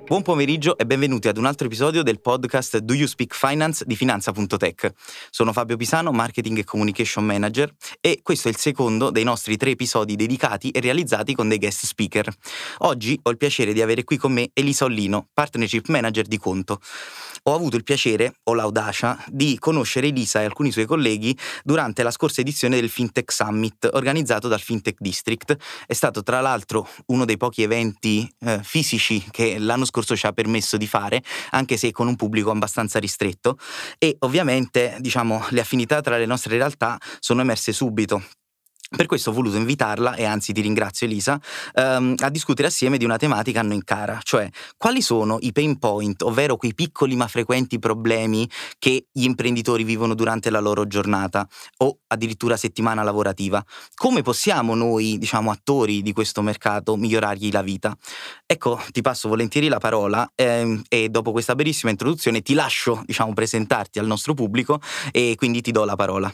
Buon pomeriggio e benvenuti ad un altro episodio del podcast Do You Speak Finance di Finanza.tech. Sono Fabio Pisano, Marketing e Communication Manager, e questo è il secondo dei nostri 3 episodi dedicati e realizzati con dei guest speaker. Oggi ho il piacere di avere qui con me Elisa Ollino, Partnership Manager di Conto. Ho avuto il piacere, o l'audacia, di conoscere Elisa e alcuni suoi colleghi durante la scorsa edizione del FinTech Summit organizzato dal FinTech District. È stato tra l'altro uno dei pochi eventi fisici che l'anno scorso ci ha permesso di fare, anche se con un pubblico abbastanza ristretto, e ovviamente le affinità tra le nostre realtà sono emerse subito. Per questo ho voluto invitarla, e anzi ti ringrazio Elisa, a discutere assieme di una tematica a noi cara, cioè quali sono i pain point, ovvero quei piccoli ma frequenti problemi che gli imprenditori vivono durante la loro giornata o addirittura settimana lavorativa. Come possiamo noi, attori di questo mercato, migliorargli la vita? Ecco, ti passo volentieri la parola e dopo questa bellissima introduzione ti lascio, presentarti al nostro pubblico, e quindi ti do la parola.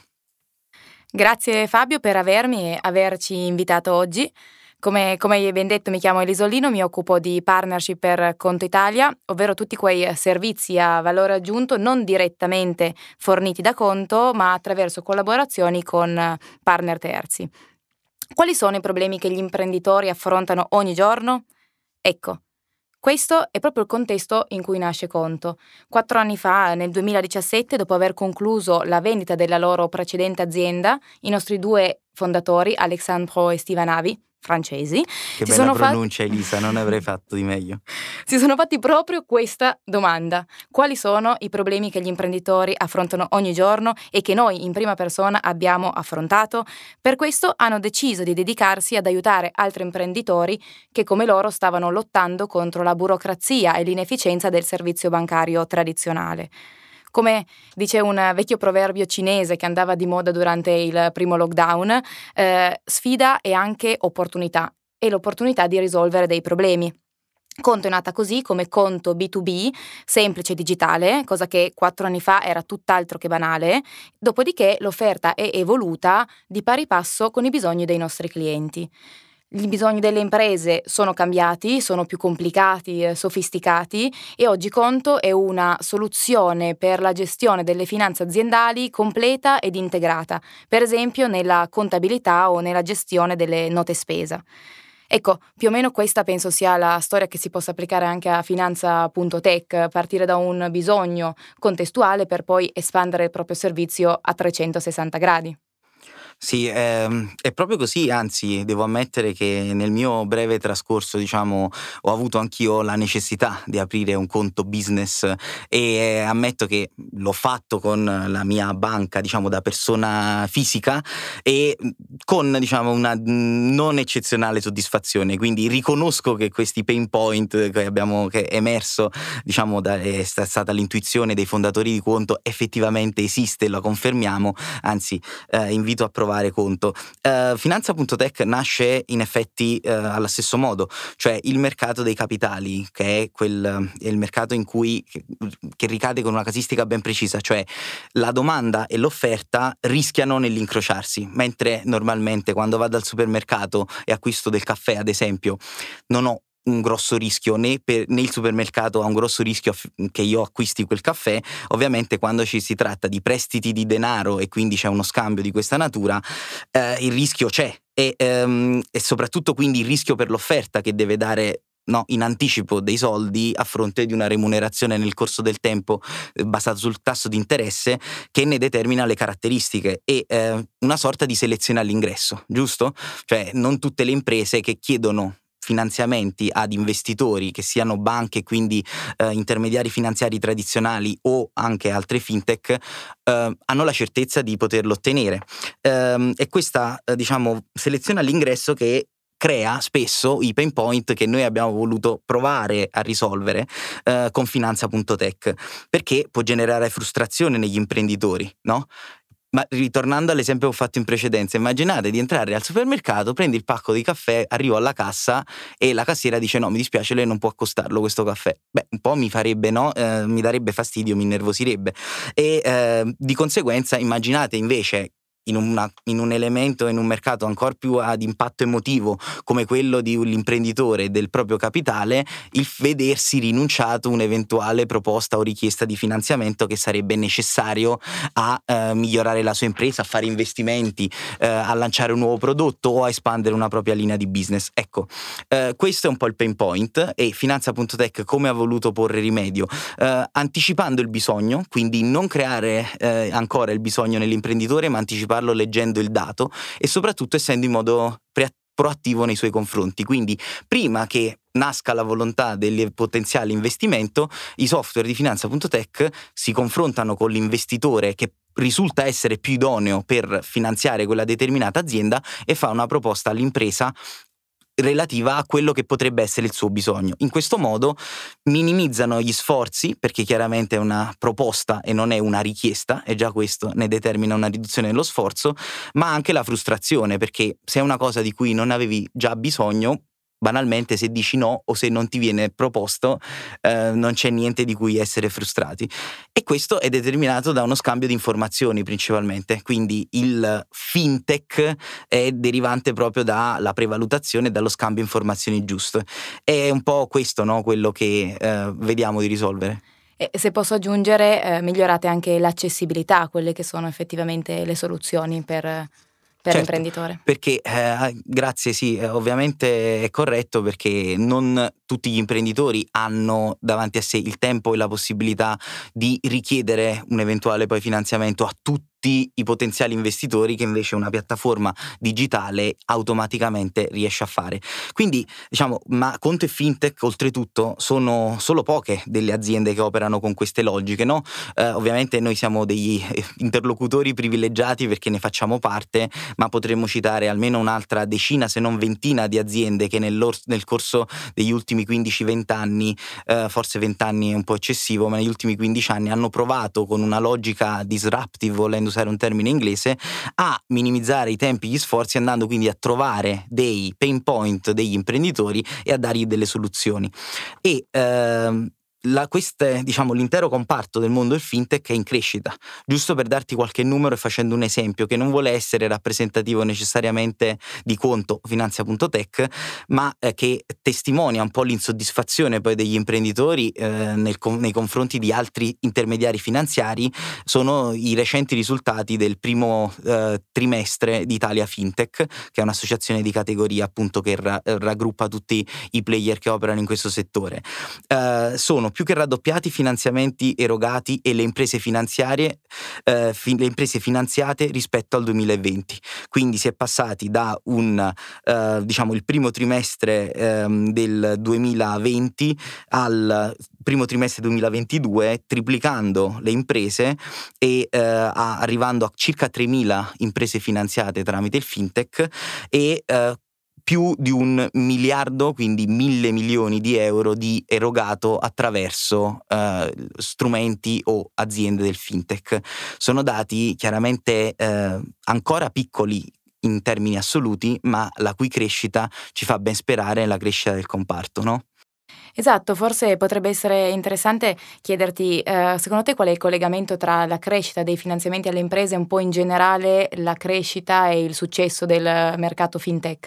Grazie Fabio per averci invitato oggi. Come hai ben detto, mi chiamo Elisa Ollino, mi occupo di partnership per Conto Italia, ovvero tutti quei servizi a valore aggiunto non direttamente forniti da Conto, ma attraverso collaborazioni con partner terzi. Quali sono i problemi che gli imprenditori affrontano ogni giorno? Ecco, questo è proprio il contesto in cui nasce Conto. 4 anni fa, nel 2017, dopo aver concluso la vendita della loro precedente azienda, i nostri 2 fondatori, Alexandro e Steven Avi, francesi, Che bella pronuncia, Elisa, non avrei fatto di meglio. Si sono fatti proprio questa domanda: quali sono i problemi che gli imprenditori affrontano ogni giorno e che noi in prima persona abbiamo affrontato? Per questo hanno deciso di dedicarsi ad aiutare altri imprenditori che come loro stavano lottando contro la burocrazia e l'inefficienza del servizio bancario tradizionale. Come dice un vecchio proverbio cinese che andava di moda durante il primo lockdown, sfida è anche opportunità, e l'opportunità di risolvere dei problemi. Conto è nata così, come conto B2B, semplice e digitale, cosa che 4 anni fa era tutt'altro che banale. Dopodiché l'offerta è evoluta di pari passo con i bisogni dei nostri clienti. I bisogni delle imprese sono cambiati, sono più complicati e sofisticati, e oggi Conto è una soluzione per la gestione delle finanze aziendali completa ed integrata, per esempio nella contabilità o nella gestione delle note spesa. Ecco, più o meno questa penso sia la storia che si possa applicare anche a Finanza.tech, partire da un bisogno contestuale per poi espandere il proprio servizio a 360 gradi. Sì, è proprio così, anzi devo ammettere che nel mio breve trascorso ho avuto anch'io la necessità di aprire un conto business, e ammetto che l'ho fatto con la mia banca da persona fisica, e con una non eccezionale soddisfazione, quindi riconosco che questi pain point che è emerso è stata l'intuizione dei fondatori di Conto, effettivamente esiste, la confermiamo, anzi invito a provare Conto. Finanza.tech nasce in effetti allo stesso modo, cioè il mercato dei capitali, che è il mercato in cui che ricade con una casistica ben precisa, cioè la domanda e l'offerta rischiano nell'incrociarsi, mentre normalmente quando vado al supermercato e acquisto del caffè, ad esempio, non ho un grosso rischio, né il supermercato ha un grosso rischio che io acquisti quel caffè. Ovviamente quando ci si tratta di prestiti di denaro e quindi c'è uno scambio di questa natura, il rischio c'è, e soprattutto quindi il rischio per l'offerta, che deve dare in anticipo dei soldi a fronte di una remunerazione nel corso del tempo basata sul tasso di interesse, che ne determina le caratteristiche, e una sorta di selezione all'ingresso, giusto? Cioè non tutte le imprese che chiedono finanziamenti ad investitori, che siano banche, quindi intermediari finanziari tradizionali o anche altre fintech, hanno la certezza di poterlo ottenere, e questa selezione all'ingresso che crea spesso i pain point che noi abbiamo voluto provare a risolvere con Finanza.tech, perché può generare frustrazione negli imprenditori, no? Ma ritornando all'esempio che ho fatto in precedenza, immaginate di entrare al supermercato, prendi il pacco di caffè, arrivo alla cassa e la cassiera dice: no, mi dispiace, lei non può accostarlo questo caffè. Beh, un po' mi farebbe, mi darebbe fastidio, mi innervosirebbe, e di conseguenza immaginate invece in un elemento, in un mercato ancora più ad impatto emotivo come quello di un imprenditore del proprio capitale, il vedersi rinunciato un'eventuale proposta o richiesta di finanziamento che sarebbe necessario a migliorare la sua impresa, a fare investimenti, a lanciare un nuovo prodotto o a espandere una propria linea di business. Ecco, questo è un po' il pain point, e Finanza.tech come ha voluto porre rimedio? Anticipando il bisogno, quindi non creare ancora il bisogno nell'imprenditore, ma anticiparlo leggendo il dato, e soprattutto essendo in modo proattivo nei suoi confronti. Quindi prima che nasca la volontà del potenziale investimento, i software di Finanza.tech si confrontano con l'investitore che risulta essere più idoneo per finanziare quella determinata azienda e fa una proposta all'impresa relativa a quello che potrebbe essere il suo bisogno. In questo modo minimizzano gli sforzi, perché chiaramente è una proposta e non è una richiesta, e già questo ne determina una riduzione dello sforzo, ma anche la frustrazione, perché se è una cosa di cui non avevi già bisogno, banalmente se dici no o se non ti viene proposto, non c'è niente di cui essere frustrati. E questo è determinato da uno scambio di informazioni principalmente, quindi il fintech è derivante proprio dalla prevalutazione e dallo scambio informazioni giusto. È un po' questo, no, quello che vediamo di risolvere. E se posso aggiungere, migliorate anche l'accessibilità a quelle che sono effettivamente le soluzioni per Certo, l'imprenditore. Perché grazie, sì, ovviamente è corretto, perché non tutti gli imprenditori hanno davanti a sé il tempo e la possibilità di richiedere un eventuale poi finanziamento a tutti i potenziali investitori che invece una piattaforma digitale automaticamente riesce a fare. Quindi diciamo, ma Conto e Fintech oltretutto sono solo poche delle aziende che operano con queste logiche, no? Ovviamente noi siamo degli interlocutori privilegiati perché ne facciamo parte, ma potremmo citare almeno un'altra decina, se non ventina di aziende che nel corso degli ultimi 15-20 anni, forse 20 anni è un po' eccessivo, ma negli ultimi 15 anni hanno provato con una logica disruptive, volendo usare un termine inglese, a minimizzare i tempi e gli sforzi, andando quindi a trovare dei pain point degli imprenditori e a dargli delle soluzioni. E l'intero comparto del mondo del fintech è in crescita. Giusto per darti qualche numero e facendo un esempio che non vuole essere rappresentativo necessariamente di Conto Finanza.tech, ma che testimonia un po' l'insoddisfazione poi degli imprenditori nei confronti di altri intermediari finanziari, sono i recenti risultati del primo trimestre di Italia Fintech, che è un'associazione di categoria appunto che raggruppa tutti i player che operano in questo settore. Sono più che raddoppiati i finanziamenti erogati e le imprese finanziarie, le imprese finanziate rispetto al 2020. Quindi si è passati da il primo trimestre del 2020 al primo trimestre 2022, triplicando le imprese e arrivando a circa 3.000 imprese finanziate tramite il fintech e più di 1 miliardo, quindi 1.000 milioni di euro di erogato attraverso strumenti o aziende del fintech. Sono dati chiaramente ancora piccoli in termini assoluti, ma la cui crescita ci fa ben sperare nella crescita del comparto, no? Esatto, forse potrebbe essere interessante chiederti, secondo te qual è il collegamento tra la crescita dei finanziamenti alle imprese e un po' in generale la crescita e il successo del mercato fintech?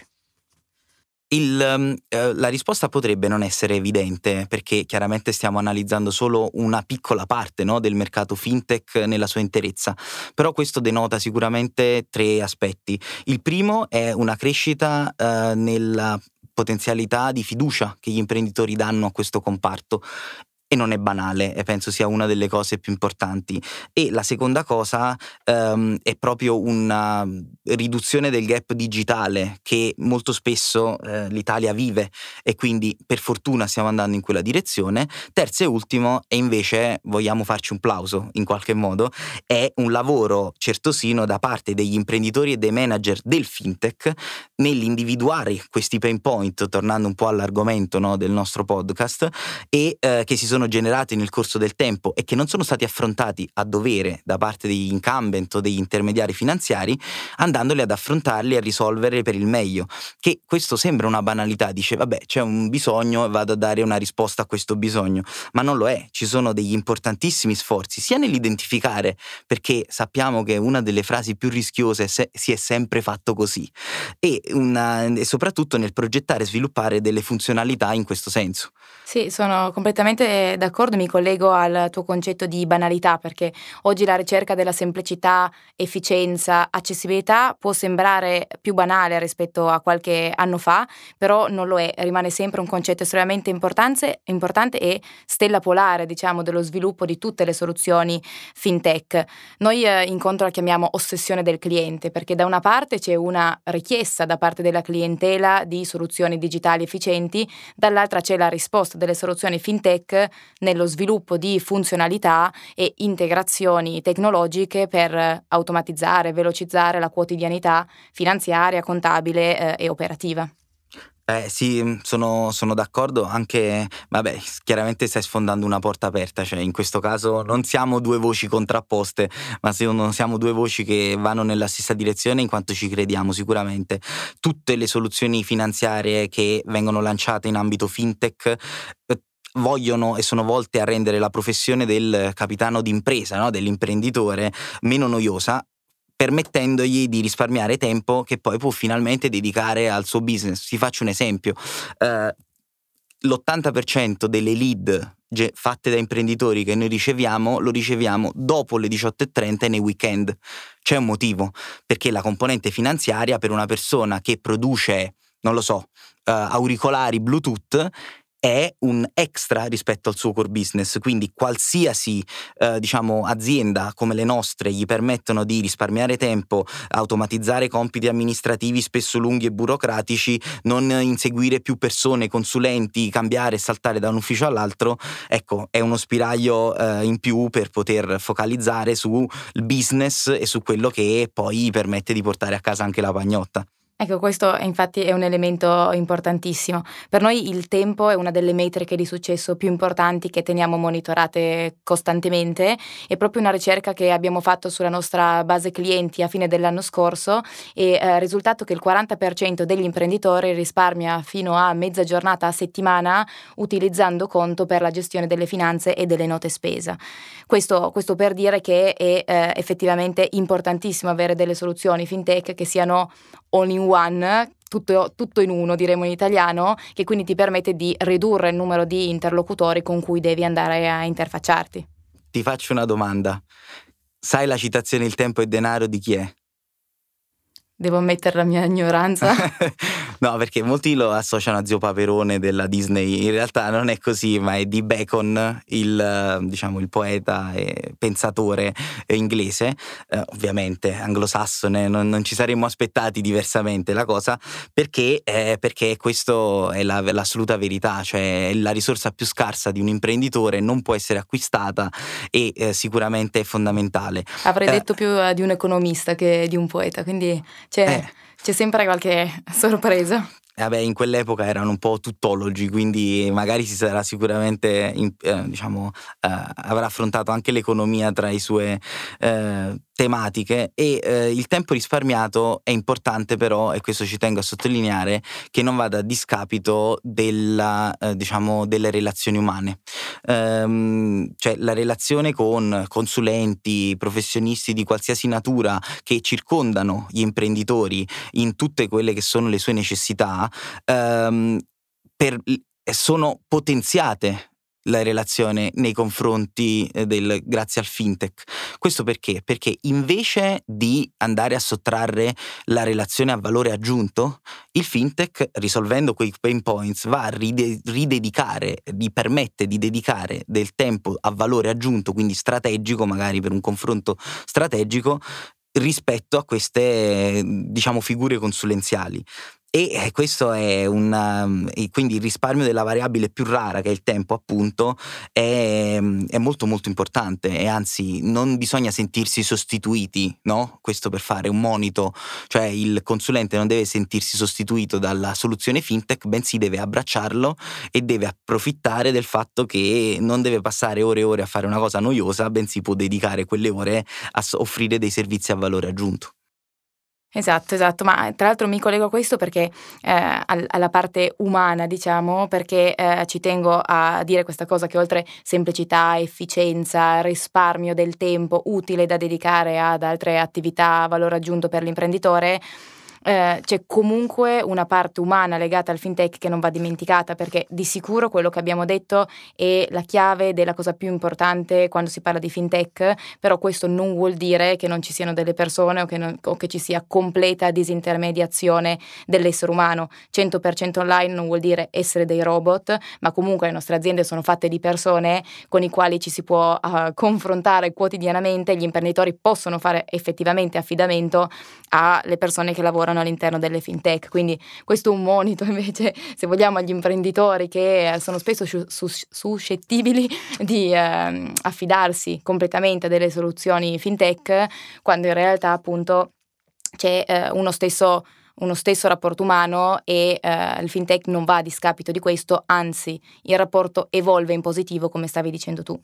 La risposta potrebbe non essere evidente, perché chiaramente stiamo analizzando solo una piccola parte, no, del mercato fintech nella sua interezza, però questo denota sicuramente 3 aspetti. Il primo è una crescita nella potenzialità di fiducia che gli imprenditori danno a questo comparto. E non è banale, e penso sia una delle cose più importanti. E la seconda cosa è proprio una riduzione del gap digitale che molto spesso l'Italia vive, e quindi per fortuna stiamo andando in quella direzione. Terzo e ultimo, e invece vogliamo farci un plauso in qualche modo, è un lavoro certosino da parte degli imprenditori e dei manager del fintech nell'individuare questi pain point, tornando un po' all'argomento, no, del nostro podcast, e che si sono generati nel corso del tempo e che non sono stati affrontati a dovere da parte degli incumbent o degli intermediari finanziari, andare andandoli ad affrontarli e a risolvere per il meglio. Che questo sembra una banalità, dice vabbè c'è un bisogno e vado a dare una risposta a questo bisogno, ma non lo è, ci sono degli importantissimi sforzi sia nell'identificare, perché sappiamo che una delle frasi più rischiose è si è sempre fatto così, e soprattutto nel progettare e sviluppare delle funzionalità in questo senso. Sì, sono completamente d'accordo, mi collego al tuo concetto di banalità, perché oggi la ricerca della semplicità, efficienza, accessibilità può sembrare più banale rispetto a qualche anno fa, però non lo è, rimane sempre un concetto estremamente importante e stella polare, diciamo, dello sviluppo di tutte le soluzioni fintech. Noi in Contro la chiamiamo ossessione del cliente, perché da una parte c'è una richiesta da parte della clientela di soluzioni digitali efficienti, dall'altra c'è la risposta delle soluzioni fintech nello sviluppo di funzionalità e integrazioni tecnologiche per automatizzare, velocizzare la quotidianità finanziaria, contabile e operativa. Sì, sono d'accordo, anche, vabbè, chiaramente stai sfondando una porta aperta, cioè in questo caso non siamo due voci contrapposte, ma siamo due voci che vanno nella stessa direzione, in quanto ci crediamo sicuramente. Tutte le soluzioni finanziarie che vengono lanciate in ambito fintech vogliono e sono volte a rendere la professione del capitano d'impresa, no? Dell'imprenditore, meno noiosa, permettendogli di risparmiare tempo che poi può finalmente dedicare al suo business. Ti faccio un esempio: l'80% delle lead fatte da imprenditori che noi riceviamo lo riceviamo dopo le 18:30 nei weekend. C'è un motivo, perché la componente finanziaria per una persona che produce, non lo so, auricolari Bluetooth è un extra rispetto al suo core business, quindi qualsiasi azienda come le nostre gli permettono di risparmiare tempo, automatizzare compiti amministrativi spesso lunghi e burocratici, non inseguire più persone, consulenti, cambiare e saltare da un ufficio all'altro, ecco, è uno spiraglio in più per poter focalizzare sul business e su quello che poi permette di portare a casa anche la pagnotta. Ecco, questo infatti è un elemento importantissimo. Per noi il tempo è una delle metriche di successo più importanti che teniamo monitorate costantemente. È proprio una ricerca che abbiamo fatto sulla nostra base clienti a fine dell'anno scorso e è risultato che il 40% degli imprenditori risparmia fino a mezza giornata a settimana utilizzando Conto per la gestione delle finanze e delle note spesa. Questo per dire che è effettivamente importantissimo avere delle soluzioni fintech che siano all in one, tutto in uno, diremo in italiano, che quindi ti permette di ridurre il numero di interlocutori con cui devi andare a interfacciarti. Ti faccio una domanda. Sai la citazione "il tempo è denaro" di chi è? Devo ammettere la mia ignoranza. No, perché molti lo associano a Zio Paperone della Disney, in realtà non è così, ma è di Bacon, il poeta e pensatore inglese, ovviamente anglosassone, non ci saremmo aspettati diversamente la cosa, perché questo è l'assoluta verità, cioè la risorsa più scarsa di un imprenditore non può essere acquistata e sicuramente è fondamentale. Avrei detto più di un economista che di un poeta, quindi c'è sempre qualche sorpresa. Vabbè, in quell'epoca erano un po' tuttologi, quindi magari si sarà sicuramente avrà affrontato anche l'economia tra i sue tematiche e il tempo risparmiato è importante, però, e questo ci tengo a sottolineare, che non vada a discapito delle relazioni umane. Cioè la relazione con consulenti, professionisti di qualsiasi natura che circondano gli imprenditori in tutte quelle che sono le sue necessità, sono potenziate la relazione nei confronti grazie al fintech. Questo perché? Perché invece di andare a sottrarre la relazione a valore aggiunto, il fintech, risolvendo quei pain points, va a ridedicare, vi permette di dedicare del tempo a valore aggiunto, quindi strategico, magari per un confronto strategico, rispetto a queste, figure consulenziali. E questo è quindi il risparmio della variabile più rara, che è il tempo, appunto, è molto molto importante, e anzi non bisogna sentirsi sostituiti, no? Questo per fare un monito, cioè il consulente non deve sentirsi sostituito dalla soluzione fintech, bensì deve abbracciarlo e deve approfittare del fatto che non deve passare ore e ore a fare una cosa noiosa, bensì può dedicare quelle ore a offrire dei servizi a valore aggiunto. Esatto, ma tra l'altro mi collego a questo perché alla parte umana, diciamo, perché ci tengo a dire questa cosa, che oltre semplicità, efficienza, risparmio del tempo utile da dedicare ad altre attività a valore aggiunto per l'imprenditore, c'è comunque una parte umana legata al fintech che non va dimenticata, perché di sicuro quello che abbiamo detto è la chiave della cosa più importante quando si parla di fintech, però questo non vuol dire che non ci siano delle persone o che ci sia completa disintermediazione dell'essere umano. 100% online non vuol dire essere dei robot, ma comunque le nostre aziende sono fatte di persone con i quali ci si può confrontare quotidianamente. Gli imprenditori possono fare effettivamente affidamento alle persone che lavorano all'interno delle fintech, quindi questo è un monito invece, se vogliamo, agli imprenditori che sono spesso suscettibili di affidarsi completamente a delle soluzioni fintech, quando in realtà appunto c'è uno stesso rapporto umano e il fintech non va a discapito di questo, anzi il rapporto evolve in positivo, come stavi dicendo tu.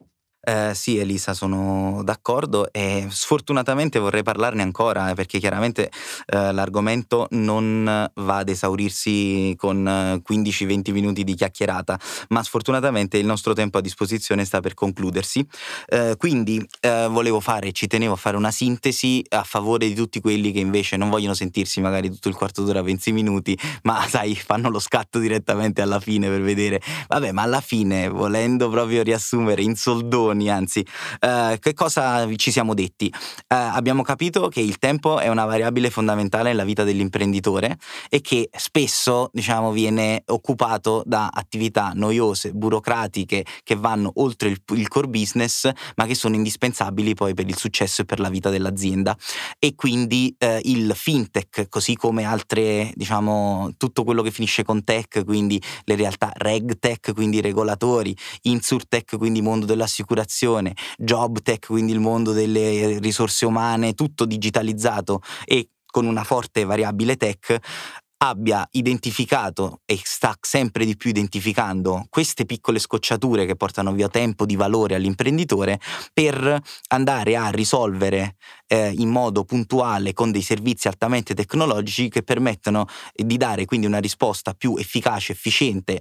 Sì Elisa, sono d'accordo e sfortunatamente vorrei parlarne ancora, perché chiaramente l'argomento non va ad esaurirsi con 15-20 minuti di chiacchierata, ma sfortunatamente il nostro tempo a disposizione sta per concludersi. Quindi ci tenevo a fare una sintesi a favore di tutti quelli che invece non vogliono sentirsi magari tutto il quarto d'ora, 20 minuti, ma sai, fanno lo scatto direttamente alla fine per vedere. Vabbè, ma alla fine, volendo proprio riassumere in soldoni, anzi, che cosa ci siamo detti? Abbiamo capito che il tempo è una variabile fondamentale nella vita dell'imprenditore e che spesso, diciamo, viene occupato da attività noiose, burocratiche, che vanno oltre il core business, ma che sono indispensabili poi per il successo e per la vita dell'azienda. E quindi il fintech, così come altre, diciamo, tutto quello che finisce con tech, quindi le realtà regtech, quindi regolatori, insurtech, quindi mondo dell'assicurazione, jobtech, quindi il mondo delle risorse umane, tutto digitalizzato e con una forte variabile tech, abbia identificato e sta sempre di più identificando queste piccole scocciature che portano via tempo di valore all'imprenditore, per andare a risolvere in modo puntuale con dei servizi altamente tecnologici che permettono di dare quindi una risposta più efficace, efficiente,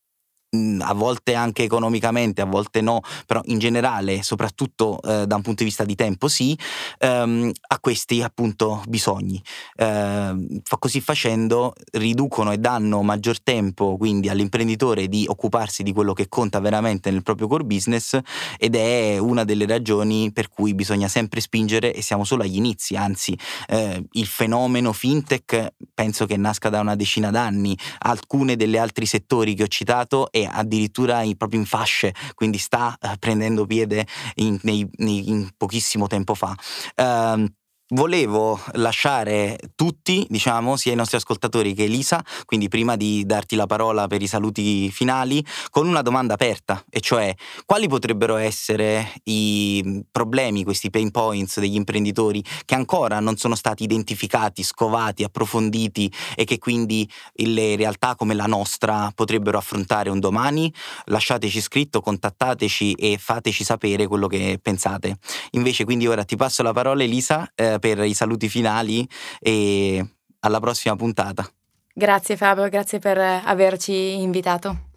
a volte anche economicamente, a volte no, però in generale, soprattutto da un punto di vista di tempo sì, a questi appunto bisogni. Così facendo riducono e danno maggior tempo quindi all'imprenditore di occuparsi di quello che conta veramente nel proprio core business, ed è una delle ragioni per cui bisogna sempre spingere, e siamo solo agli inizi, anzi il fenomeno fintech penso che nasca da una decina d'anni. Alcune delle altri settori che ho citato e addirittura proprio in fasce, quindi sta prendendo piede in pochissimo tempo fa. Volevo lasciare tutti, diciamo, sia i nostri ascoltatori che Elisa, quindi prima di darti la parola per i saluti finali, con una domanda aperta, e cioè: quali potrebbero essere i problemi, questi pain points degli imprenditori che ancora non sono stati identificati, scovati, approfonditi, e che quindi le realtà come la nostra potrebbero affrontare un domani? Lasciateci scritto, contattateci e fateci sapere quello che pensate. Invece, quindi ora ti passo la parola, Elisa, per i saluti finali, e alla prossima puntata. Grazie Fabio, grazie per averci invitato.